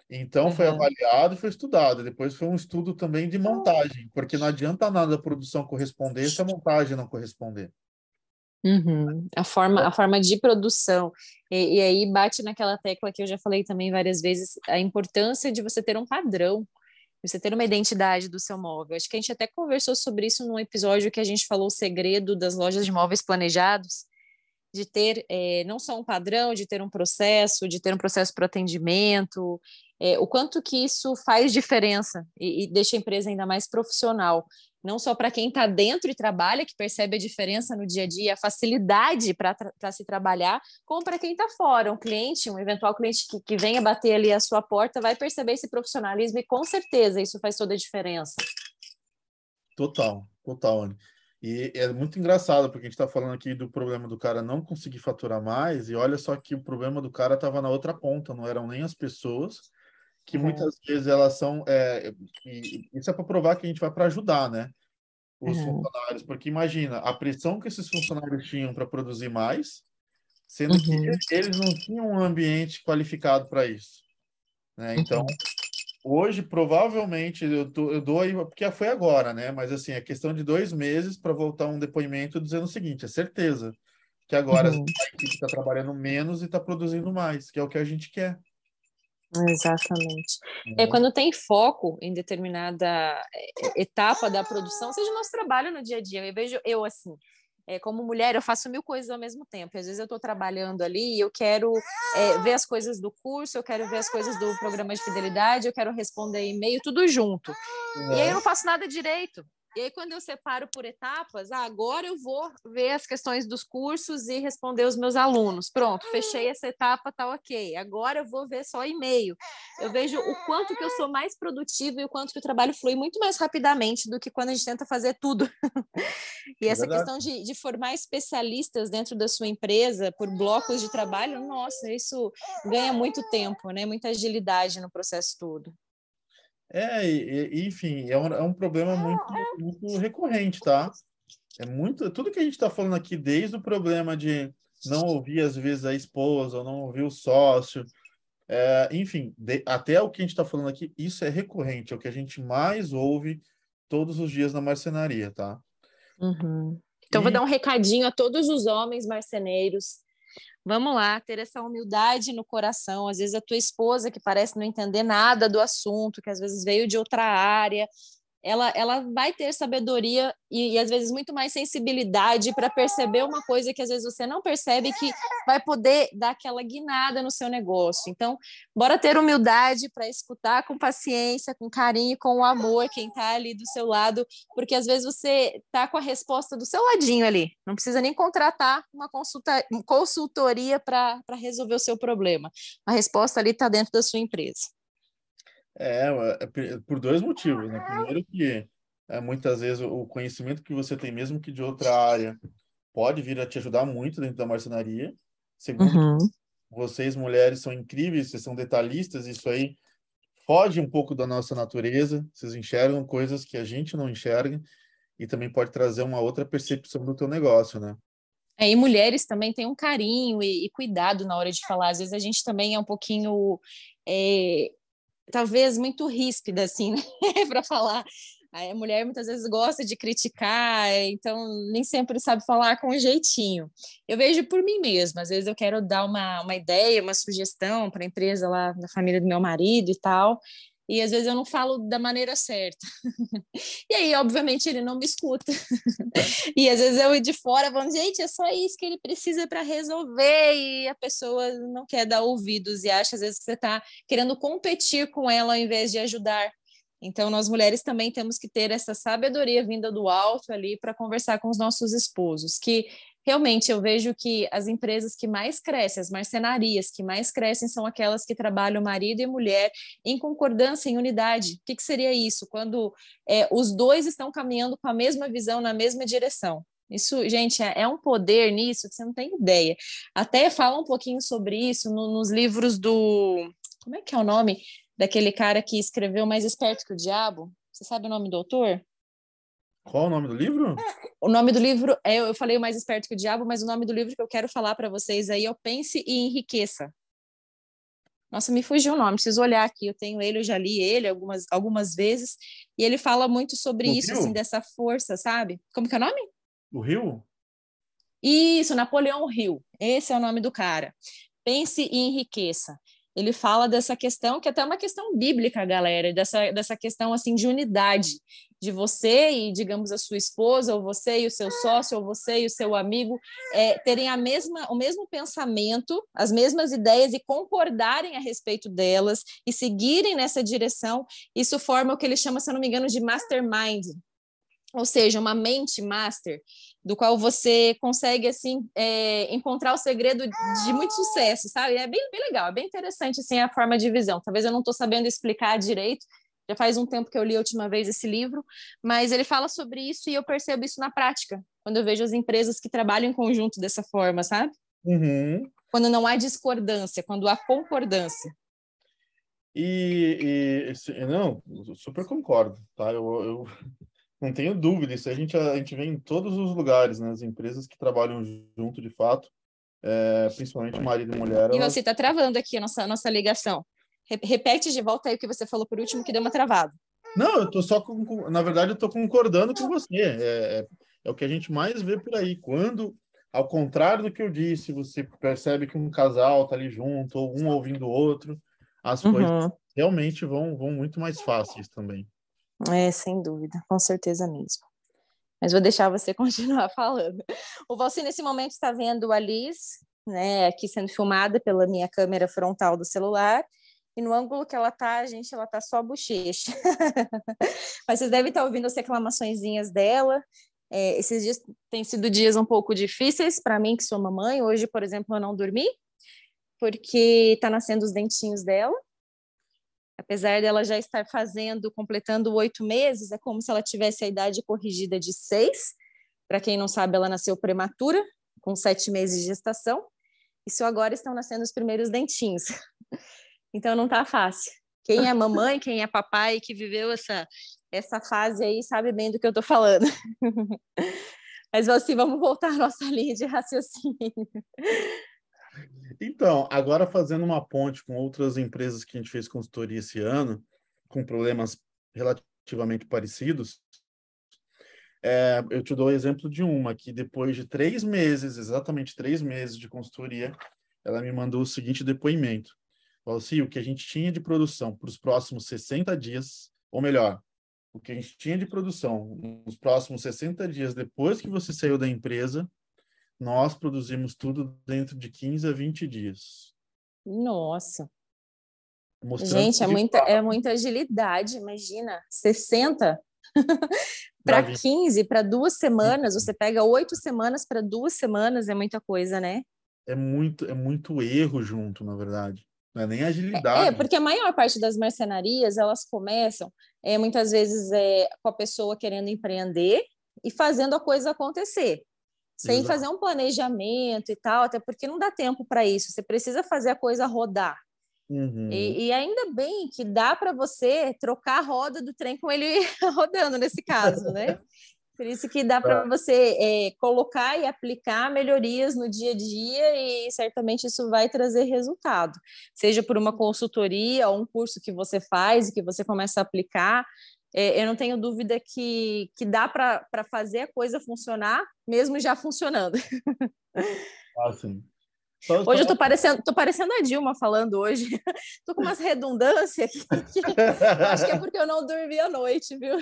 Então foi Uhum. avaliado e foi estudado. Depois foi um estudo também de montagem, porque não adianta nada a produção corresponder se a montagem não corresponder. Uhum. A forma, a forma de produção. E, e aí bate naquela tecla que eu já falei também várias vezes, a importância de você ter um padrão, de você ter uma identidade do seu móvel. Acho que a gente até conversou sobre isso num episódio que a gente falou o segredo das lojas de móveis planejados, de ter é, não só um padrão, de ter um processo, de ter um processo para atendimento, é, o quanto que isso faz diferença e, e deixa a empresa ainda mais profissional. Não só para quem está dentro e trabalha, que percebe a diferença no dia a dia, a facilidade para tra se trabalhar, como para quem está fora, um cliente, um eventual cliente que, que venha bater ali a sua porta, vai perceber esse profissionalismo e com certeza isso faz toda a diferença. Total, total, Anny. E é muito engraçado, porque a gente está falando aqui do problema do cara não conseguir faturar mais, e olha só que o problema do cara estava na outra ponta, não eram nem as pessoas, que Uhum, muitas vezes elas são. É, e isso é para provar que a gente vai para ajudar, né? Os uhum, funcionários, porque imagina a pressão que esses funcionários tinham para produzir mais, sendo que uhum, eles não tinham um ambiente qualificado para isso, né? Então, uhum, hoje, provavelmente, eu, tô, eu dou aí, porque foi agora, né? Mas assim, é questão de dois meses para voltar um depoimento dizendo o seguinte: é certeza que agora uhum. a equipe está trabalhando menos e está produzindo mais, que é o que a gente quer. Exatamente. É Né? quando tem foco em determinada é, etapa da produção, seja o nosso trabalho no dia a dia. Eu vejo eu assim, é, como mulher, eu faço mil coisas ao mesmo tempo. Às vezes eu estou trabalhando ali e eu quero é, ver as coisas do curso, eu quero ver as coisas do programa de fidelidade, eu quero responder e-mail, tudo junto. E aí eu Uhum. não faço nada direito. E aí, quando eu separo por etapas, ah, agora eu vou ver as questões dos cursos e responder os meus alunos. Pronto, fechei essa etapa, tá ok. Agora eu vou ver só e-mail. Eu vejo o quanto que eu sou mais produtiva e o quanto que o trabalho flui muito mais rapidamente do que quando a gente tenta fazer tudo. E É essa verdade. questão de, de formar especialistas dentro da sua empresa por blocos de trabalho, nossa, isso ganha muito tempo, né? Muita agilidade no processo todo. É, e, e, enfim, é um, é um problema muito, muito recorrente, tá? É muito, tudo que a gente está falando aqui, desde o problema de não ouvir, às vezes, a esposa, ou não ouvir o sócio, é, enfim, de, até o que a gente está falando aqui, isso é recorrente, é o que a gente mais ouve todos os dias na marcenaria, tá? Uhum. Então, vou E dar um recadinho a todos os homens marceneiros. Vamos lá, ter essa humildade no coração. Às vezes, a tua esposa, que parece não entender nada do assunto, que às vezes veio de outra área, ela, ela vai ter sabedoria e, e às vezes muito mais sensibilidade para perceber uma coisa que às vezes você não percebe, que vai poder dar aquela guinada no seu negócio. Então, bora ter humildade para escutar com paciência, com carinho, com o amor quem está ali do seu lado, porque às vezes você está com a resposta do seu ladinho ali. Não precisa nem contratar uma consulta, uma consultoria para resolver o seu problema. A resposta ali está dentro da sua empresa. é, é por dois motivos, né? Primeiro que é, muitas vezes o conhecimento que você tem, mesmo que de outra área, pode vir a te ajudar muito dentro da marcenaria. Segundo, que Uhum. vocês, mulheres, são incríveis, vocês são detalhistas, isso aí foge um pouco da nossa natureza, vocês enxergam coisas que a gente não enxerga e também pode trazer uma outra percepção do teu negócio, né? É, e mulheres também têm um carinho e, e cuidado na hora de falar. Às vezes a gente também é um pouquinho, é, talvez, muito ríspida, assim, né? para falar. A mulher muitas vezes gosta de criticar, então nem sempre sabe falar com um jeitinho. Eu vejo por mim mesma, às vezes eu quero dar uma, uma ideia, uma sugestão para a empresa lá da família do meu marido e tal, e às vezes eu não falo da maneira certa. E aí, obviamente, ele não me escuta. E às vezes eu de fora falando, gente, é só isso que ele precisa para resolver, e a pessoa não quer dar ouvidos e acha às vezes que você está querendo competir com ela ao invés de ajudar. Então, nós mulheres também temos que ter essa sabedoria vinda do alto ali para conversar com os nossos esposos, que realmente eu vejo que as empresas que mais crescem, as marcenarias que mais crescem, são aquelas que trabalham marido e mulher em concordância, em unidade. O que, que seria isso? Quando é, os dois estão caminhando com a mesma visão, na mesma direção. Isso, gente, é, é um poder nisso que você não tem ideia. Até fala um pouquinho sobre isso no, nos livros do... Como é que é o nome daquele cara que escreveu Mais Esperto que o Diabo? Você sabe o nome do autor? Qual o nome do livro? O nome do livro, é, eu falei o Mais Esperto que o Diabo, mas o nome do livro que eu quero falar para vocês aí é o Pense e Enriqueça. Nossa, me fugiu o nome, preciso olhar aqui. Eu tenho ele, eu já li ele algumas, algumas vezes, e ele fala muito sobre O isso, assim, Rio? dessa força, sabe? Como que é o nome? O Rio? Isso, Napoleão Hill. Esse é o nome do cara. Pense e enriqueça. Ele fala dessa questão, que é até uma questão bíblica, galera, dessa, dessa questão assim de unidade, de você e, digamos, a sua esposa, ou você e o seu sócio, ou você e o seu amigo, é, terem a mesma, o mesmo pensamento, as mesmas ideias e concordarem a respeito delas e seguirem nessa direção. Isso forma o que ele chama, se eu não me engano, de mastermind, ou seja, uma mente master, do qual você consegue assim é, encontrar o segredo de muito sucesso, sabe? É bem, bem legal, é bem interessante assim a forma de visão. Talvez eu não estou sabendo explicar direito, já faz um tempo que eu li a última vez esse livro, mas ele fala sobre isso e eu percebo isso na prática, quando eu vejo as empresas que trabalham em conjunto dessa forma, sabe? Uhum. Quando não há discordância, quando há concordância. E, e esse- não, eu super concordo, tá? Eu, eu não tenho dúvida, isso a gente, a gente vê em todos os lugares, né? As empresas que trabalham junto, de fato, é, principalmente marido e mulher, E você elas... está travando aqui a nossa, a nossa ligação. Re- Repete de volta aí o que você falou por último, que deu uma travada. Não, eu tô só com, com- na verdade, eu tô concordando com você. É, é, é o que a gente mais vê por aí. Quando, ao contrário do que eu disse, você percebe que um casal tá ali junto, ou um ouvindo o outro, as coisas Uhum. realmente vão, vão muito mais fáceis também. É, sem dúvida, com certeza mesmo. Mas vou deixar você continuar falando. O Valci, nesse momento, está vendo a Liz, né, aqui sendo filmada pela minha câmera frontal do celular, e no ângulo que ela tá, gente, ela tá só a bochecha. Mas vocês devem estar ouvindo as reclamaçõezinhas dela. É, esses dias têm sido dias um pouco difíceis para mim, que sou mamãe. Hoje, por exemplo, eu não dormi, porque tá nascendo os dentinhos dela. Apesar dela já estar fazendo, completando oito meses, é como se ela tivesse a idade corrigida de seis. Para quem não sabe, ela nasceu prematura, com sete meses de gestação. E só agora estão nascendo os primeiros dentinhos. Então não tá fácil. Quem é mamãe, quem é papai que viveu essa, essa fase aí, sabe bem do que eu tô falando. Mas assim, vamos voltar à nossa linha de raciocínio. Então, agora fazendo uma ponte com outras empresas que a gente fez consultoria esse ano, com problemas relativamente parecidos, é, eu te dou o exemplo de uma que depois de três meses, exatamente três meses de consultoria, ela me mandou o seguinte depoimento. Falou assim, o que a gente tinha de produção para os próximos sessenta dias, ou melhor, o que a gente tinha de produção nos próximos sessenta dias depois que você saiu da empresa, nós produzimos tudo dentro de quinze a vinte dias. Nossa. Mostrando Gente, é de muita, é fato muita agilidade, imagina. sessenta para para vir. quinze, para duas semanas, você pega oito semanas para duas semanas, é muita coisa, né? É muito, é muito erro junto, na verdade. Não é nem É, é, agilidade. porque a maior parte das marcenarias, elas começam é, muitas vezes é, com a pessoa querendo empreender e fazendo a coisa acontecer, sem fazer Exato. um planejamento e tal, até porque não dá tempo para isso, você precisa fazer a coisa rodar. Uhum. E, e ainda bem que dá para você trocar a roda do trem com ele rodando, nesse caso, né? Por isso que dá para você é, colocar e aplicar melhorias no dia a dia e certamente isso vai trazer resultado. Seja por uma consultoria ou um curso que você faz e que você começa a aplicar, é, eu não tenho dúvida que, que dá para fazer a coisa funcionar, mesmo já funcionando. Assim. Só, Hoje eu só... tô parecendo, tô parecendo a Dilma falando hoje. Tô com umas redundâncias aqui, que eu acho que é porque eu não dormi à noite, viu?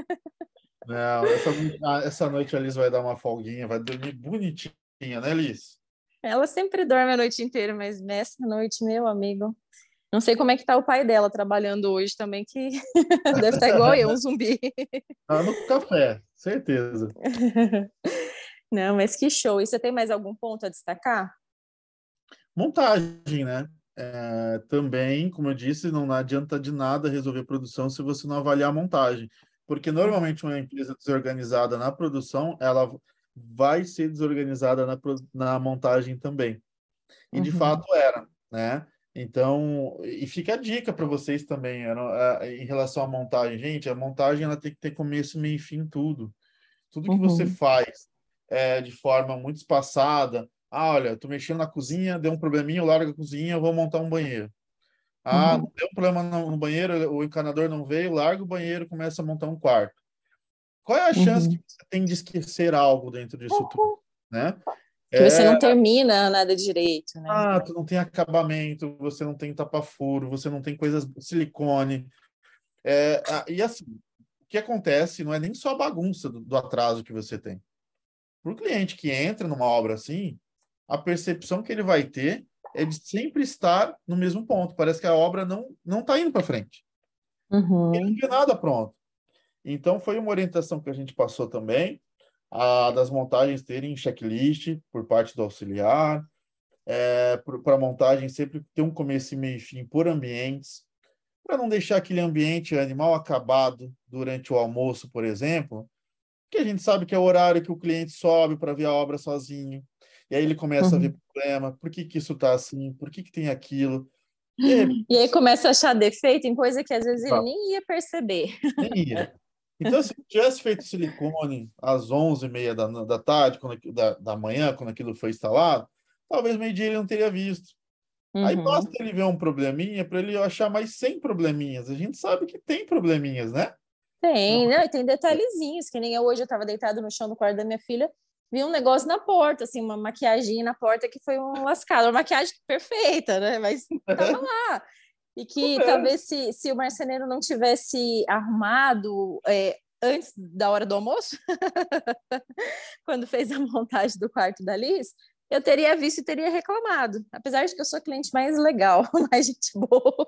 Não, essa, ah, essa noite a Liz vai dar uma folguinha, vai dormir bonitinha, né, Liz? Ela sempre dorme a noite inteira, mas nessa noite, meu amigo, não sei como é que tá o pai dela trabalhando hoje também, que deve estar igual eu, um zumbi. Ah, no café, certeza. Não, mas que show. E você tem mais algum ponto a destacar? Montagem, né? É, também, como eu disse, não adianta de nada resolver produção se você não avaliar a montagem. Porque normalmente uma empresa desorganizada na produção, ela vai ser desorganizada na, pro- na montagem também. E de Uhum, fato era, né? Então, e fica a dica para vocês também, eu não- a- em relação à montagem. Gente, a montagem ela tem que ter começo, meio e fim, tudo. Tudo que você uhum, faz é, de forma muito espaçada. Ah, olha, tô mexendo na cozinha, deu um probleminha, eu largo a cozinha, eu vou montar um banheiro. Ah, Uhum. não deu um problema no, no banheiro, o encanador não veio, larga o banheiro, começa a montar um quarto. Qual é a chance que Uhum. você tem de esquecer algo dentro disso tudo, né? Que você É, não termina nada direito, né? ah, tu não tem acabamento, você não tem tapa-furo, você não tem coisas silicone. É, ah, e assim, o que acontece não é nem só a bagunça do, do atraso que você tem. Para o cliente que entra numa obra assim, a percepção que ele vai ter é de sempre estar no mesmo ponto. Parece que a obra não não está indo para frente. Ele não Uhum. vê nada pronto. Então, foi uma orientação que a gente passou também, a, das montagens terem checklist por parte do auxiliar, é, para a montagem sempre ter um começo e meio e fim por ambientes, para não deixar aquele ambiente animal acabado durante o almoço, por exemplo, que a gente sabe que é o horário que o cliente sobe para ver a obra sozinho, e aí ele começa a ver Uhum. problema, por que que isso está assim, por que que tem aquilo, de repente, E aí começa a achar defeito em coisa que às vezes ele nem ia perceber. nem ia. Então, se eu tivesse feito silicone às onze e meia da, da tarde, quando, aqui- da, da manhã, quando aquilo foi instalado, talvez meio-dia ele não teria visto. Aí basta Uhum. ele ver um probleminha para ele achar mais cem probleminhas. A gente sabe que tem probleminhas, né? Não, Tem, né? E tem detalhezinhos, que nem eu hoje eu estava deitado no chão do quarto da minha filha, vi um negócio na porta, assim, uma maquiagem na porta que foi um lascado, uma maquiagem perfeita, né? Mas tava lá. E que é, talvez se, se o marceneiro não tivesse arrumado é, antes da hora do almoço, quando fez a montagem do quarto da Liz, eu teria visto e teria reclamado. Apesar de que eu sou a cliente mais legal, mais gente boa.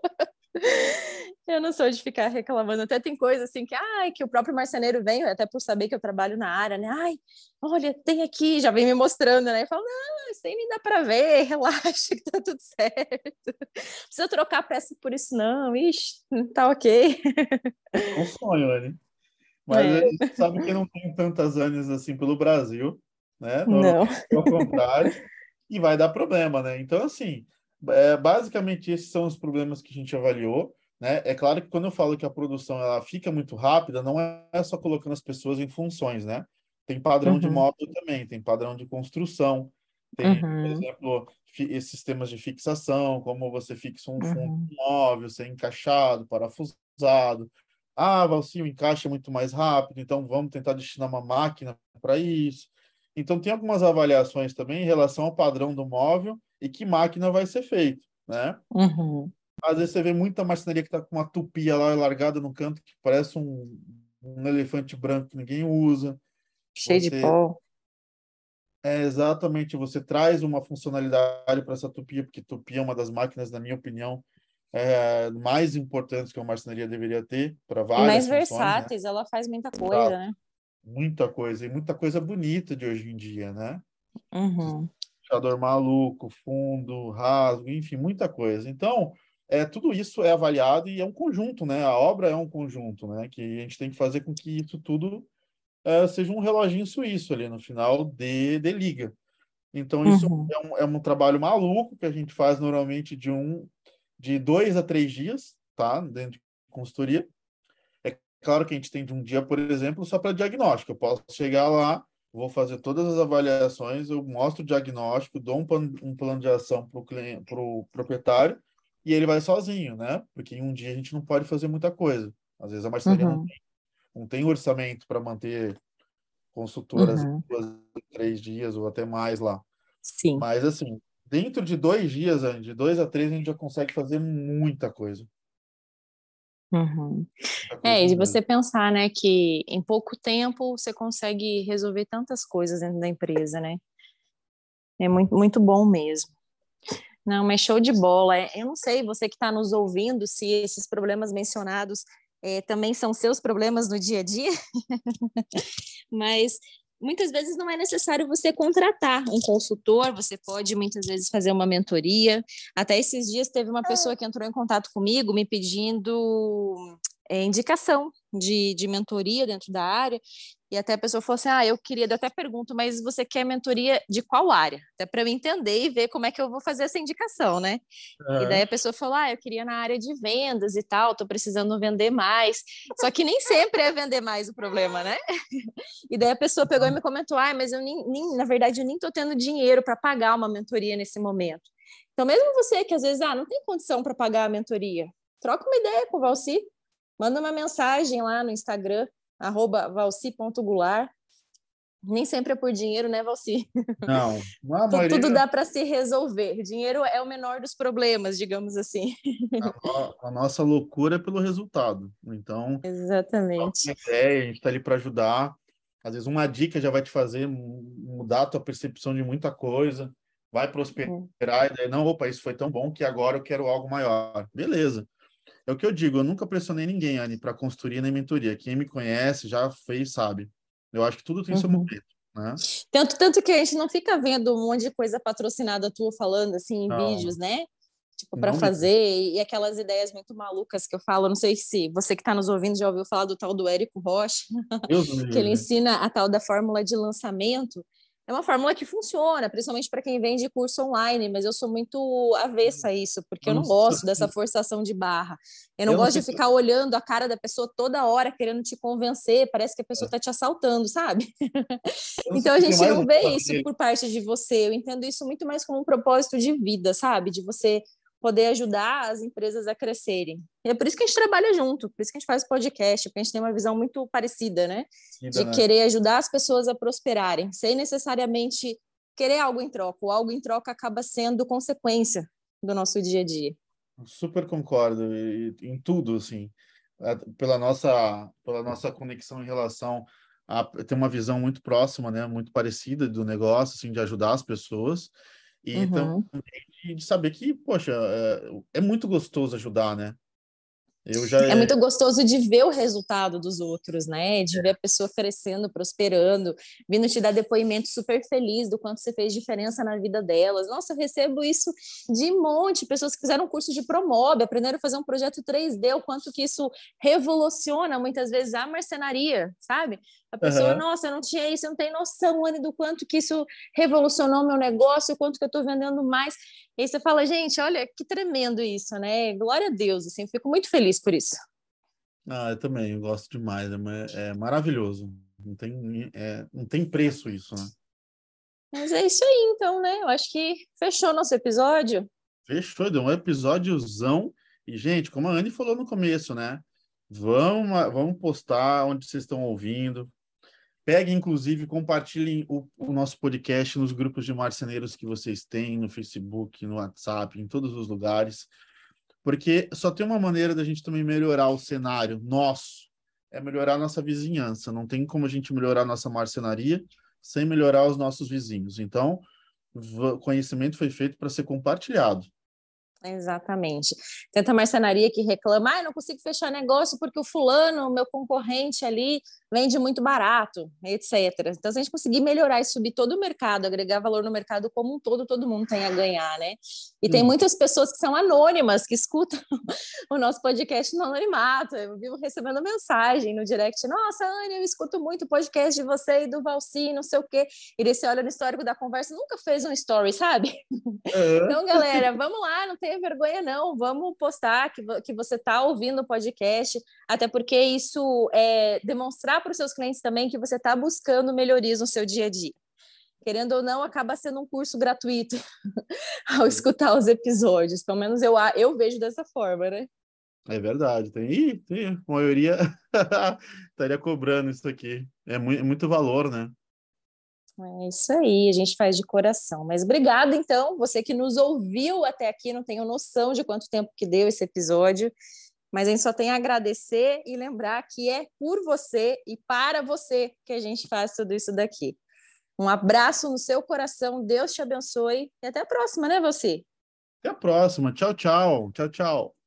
Eu não sou de ficar reclamando. Até tem coisa assim que, ai, que o próprio marceneiro vem, até por saber que eu trabalho na área, né? Ai, olha, tem aqui, já vem me mostrando, né? Eu falo, não, isso aí nem dá para ver, relaxa que tá tudo certo. Não precisa trocar peça por isso, não. Ixi, tá ok. é um sonho, né? Mas a É, gente sabe que não tem tantas anos assim pelo Brasil, né? não. Normalmente é o contrário, e vai dar problema, né? Então, assim, é, basicamente esses são os problemas que a gente avaliou, né? É claro que quando eu falo que a produção ela fica muito rápida, não é só colocando as pessoas em funções, né? Tem padrão de Uhum, módulo também, tem padrão de construção, tem, por uhum, exemplo, fi- esses sistemas de fixação, como você fixa um fundo uhum, móvel, ser encaixado, parafusado. Ah, Valci, o encaixe é muito mais rápido, então vamos tentar destinar uma máquina para isso. Então, tem algumas avaliações também em relação ao padrão do móvel e que máquina vai ser feito, né? uhum. Às vezes você vê muita marcenaria que está com uma tupia lá largada no canto que parece um, um elefante branco que ninguém usa. Cheio de Você pó. é exatamente, você traz uma funcionalidade para essa tupia, porque tupia é uma das máquinas, na minha opinião, é, mais importantes que uma marcenaria deveria ter para E várias mais funções, né? versáteis, ela faz muita coisa, Exato. né? Muita coisa, e muita coisa bonita de hoje em dia, né? Uhum, Fechador maluco, fundo, rasgo, enfim, muita coisa. Então, é, tudo isso é avaliado e é um conjunto, né? A obra é um conjunto, né? Que a gente tem que fazer com que isso tudo é, seja um reloginho suíço ali no final de, de liga. Então, isso uhum, é um, é um trabalho maluco que a gente faz normalmente de um, de dois a três dias, tá? Dentro de consultoria. É claro que a gente tem de um dia, por exemplo, só para diagnóstico. Eu posso chegar lá, vou fazer todas as avaliações, eu mostro o diagnóstico, dou um plano, um plano de ação para o cliente, para o proprietário, e ele vai sozinho, né? Porque em um dia a gente não pode fazer muita coisa. Às vezes a marcenaria não, uhum, não tem orçamento para manter consultoras em uhum. duas, três dias ou até mais lá. Sim. Mas assim, dentro de dois dias, Andy, de dois a três, a gente já consegue fazer muita coisa. Uhum. Muita É, coisa e de mesmo. você pensar, né, que em pouco tempo você consegue resolver tantas coisas dentro da empresa, né? É muito, muito bom mesmo. Não, mas show de bola. É, eu não sei, você que está nos ouvindo, se esses problemas mencionados é, também são seus problemas no dia a dia, mas muitas vezes não é necessário você contratar um consultor, você pode muitas vezes fazer uma mentoria. Até esses dias teve uma pessoa que entrou em contato comigo me pedindo é, indicação de, de mentoria dentro da área. E até a pessoa falou assim: Ah, eu queria, eu até pergunto, mas você quer mentoria de qual área? Até para eu entender e ver como é que eu vou fazer essa indicação, né? E daí É. a pessoa falou: Ah, eu queria na área de vendas e tal, tô precisando vender mais. Só que nem sempre é vender mais o problema, né? E daí a pessoa pegou e me comentou: Ah, mas eu nem, nem na verdade, eu nem tô tendo dinheiro para pagar uma mentoria nesse momento. Então, mesmo você que às vezes ah, não tem condição para pagar a mentoria, troca uma ideia com o Valci, manda uma mensagem lá no Instagram, arroba valci ponto goulart. Nem sempre é por dinheiro, né, Valci? Não, a Tudo maioria, dá para se resolver. Dinheiro é o menor dos problemas, digamos assim. a, no- a nossa loucura é pelo resultado. Então, Exatamente. uma ideia, a gente está ali para ajudar. Às vezes uma dica já vai te fazer mu- mudar a tua percepção de muita coisa, vai prosperar, e daí, não, opa, isso foi tão bom que agora eu quero algo maior. Beleza. É o que eu digo, eu nunca pressionei ninguém, Anne, para consultoria nem mentoria. Quem me conhece, já fez, sabe. Eu acho que tudo tem seu Uhum. momento, né? Tanto, tanto que a gente não fica vendo um monte de coisa patrocinada tua falando assim em Não, vídeos, né? Tipo, para não mesmo. fazer, e aquelas ideias muito malucas que eu falo. Não sei se você que está nos ouvindo já ouviu falar do tal do Érico Rocha, Deus me que ele livre. ensina a tal da fórmula de lançamento. É uma fórmula que funciona, principalmente para quem vende curso online, mas eu sou muito avessa a isso, porque Eu eu não não sei gosto dessa se, forçação de barra. Eu não eu não gosto sei de se, ficar olhando a cara da pessoa toda hora, querendo te convencer, parece que a pessoa está te assaltando, sabe? eu não sei Então a se tem gente mais não vê raiva isso dele. por parte de você. Eu entendo isso muito mais como um propósito de vida, sabe? De você poder ajudar as empresas a crescerem. E é por isso que a gente trabalha junto, por isso que a gente faz podcast, porque a gente tem uma visão muito parecida, né? Vida, De né? querer ajudar as pessoas a prosperarem, sem necessariamente querer algo em troca. O algo em troca acaba sendo consequência do nosso dia a dia. Super concordo e- em tudo, assim. A- pela nossa, pela nossa conexão em relação a ter uma visão muito próxima, né? Muito parecida do negócio, assim, de ajudar as pessoas. E também Uhum. de saber que, poxa, é, é muito gostoso ajudar, né? Eu já É muito gostoso de ver o resultado dos outros, né? De ver a pessoa crescendo, prosperando, vindo te dar depoimento super feliz do quanto você fez diferença na vida delas. Nossa, eu recebo isso de um monte, pessoas que fizeram um curso de Promob, aprenderam a fazer um projeto três D, o quanto que isso revoluciona muitas vezes a marcenaria, sabe? A pessoa, Aham. nossa, eu não tinha isso, eu não tenho noção, Anne, do quanto que isso revolucionou o meu negócio, o quanto que eu estou vendendo mais. E aí você fala, gente, olha que tremendo isso, né? Glória a Deus, assim, fico muito feliz por isso. Ah, eu também, eu gosto demais, é, ma- é maravilhoso. Não tem, é, não tem preço isso, né? Mas é isso aí, então, né? Eu acho que fechou nosso episódio. Fechou, deu um episódiozão. E, gente, como a Anne falou no começo, né? Vamos, vamos postar onde vocês estão ouvindo. Peguem, inclusive, compartilhem o, o nosso podcast nos grupos de marceneiros que vocês têm, no Facebook, no WhatsApp, em todos os lugares. Porque só tem uma maneira da gente também melhorar o cenário nosso, é melhorar a nossa vizinhança. Não tem como a gente melhorar a nossa marcenaria sem melhorar os nossos vizinhos. Então, o conhecimento foi feito para ser compartilhado. Exatamente. Tanta marcenaria que reclama, ah, eu não consigo fechar negócio porque o fulano, meu concorrente ali, vende muito barato, etcétera. Então, se a gente conseguir melhorar e subir todo o mercado, agregar valor no mercado como um todo, todo mundo tem a ganhar, né? E tem Ex- muitas pessoas que são anônimas, que escutam o nosso podcast no anonimato. Eu vivo recebendo mensagem no direct, nossa, Anne, eu escuto muito o podcast de você e do Valci, não sei o quê. E daí você olha no histórico da conversa, nunca fez um story, sabe? É, Então, galera, vamos lá, não tenha vergonha, não. Vamos postar que, vo- que você está ouvindo o podcast, até porque isso é demonstrar para os seus clientes também que você está buscando melhorias no seu dia a dia. Querendo ou não, acaba sendo um curso gratuito ao escutar os episódios. Pelo menos eu, a- eu vejo dessa forma, né? é verdade. Tem, ih, tem, a maioria estaria cobrando isso aqui. É muito, é muito valor, né? É isso aí, a gente faz de coração. Mas obrigada, então, você que nos ouviu até aqui, não tenho noção de quanto tempo que deu esse episódio, mas a gente só tem a agradecer e lembrar que é por você e para você que a gente faz tudo isso daqui. Um abraço no seu coração, Deus te abençoe e até a próxima, né, você? Até a próxima. Tchau, tchau. Tchau, tchau.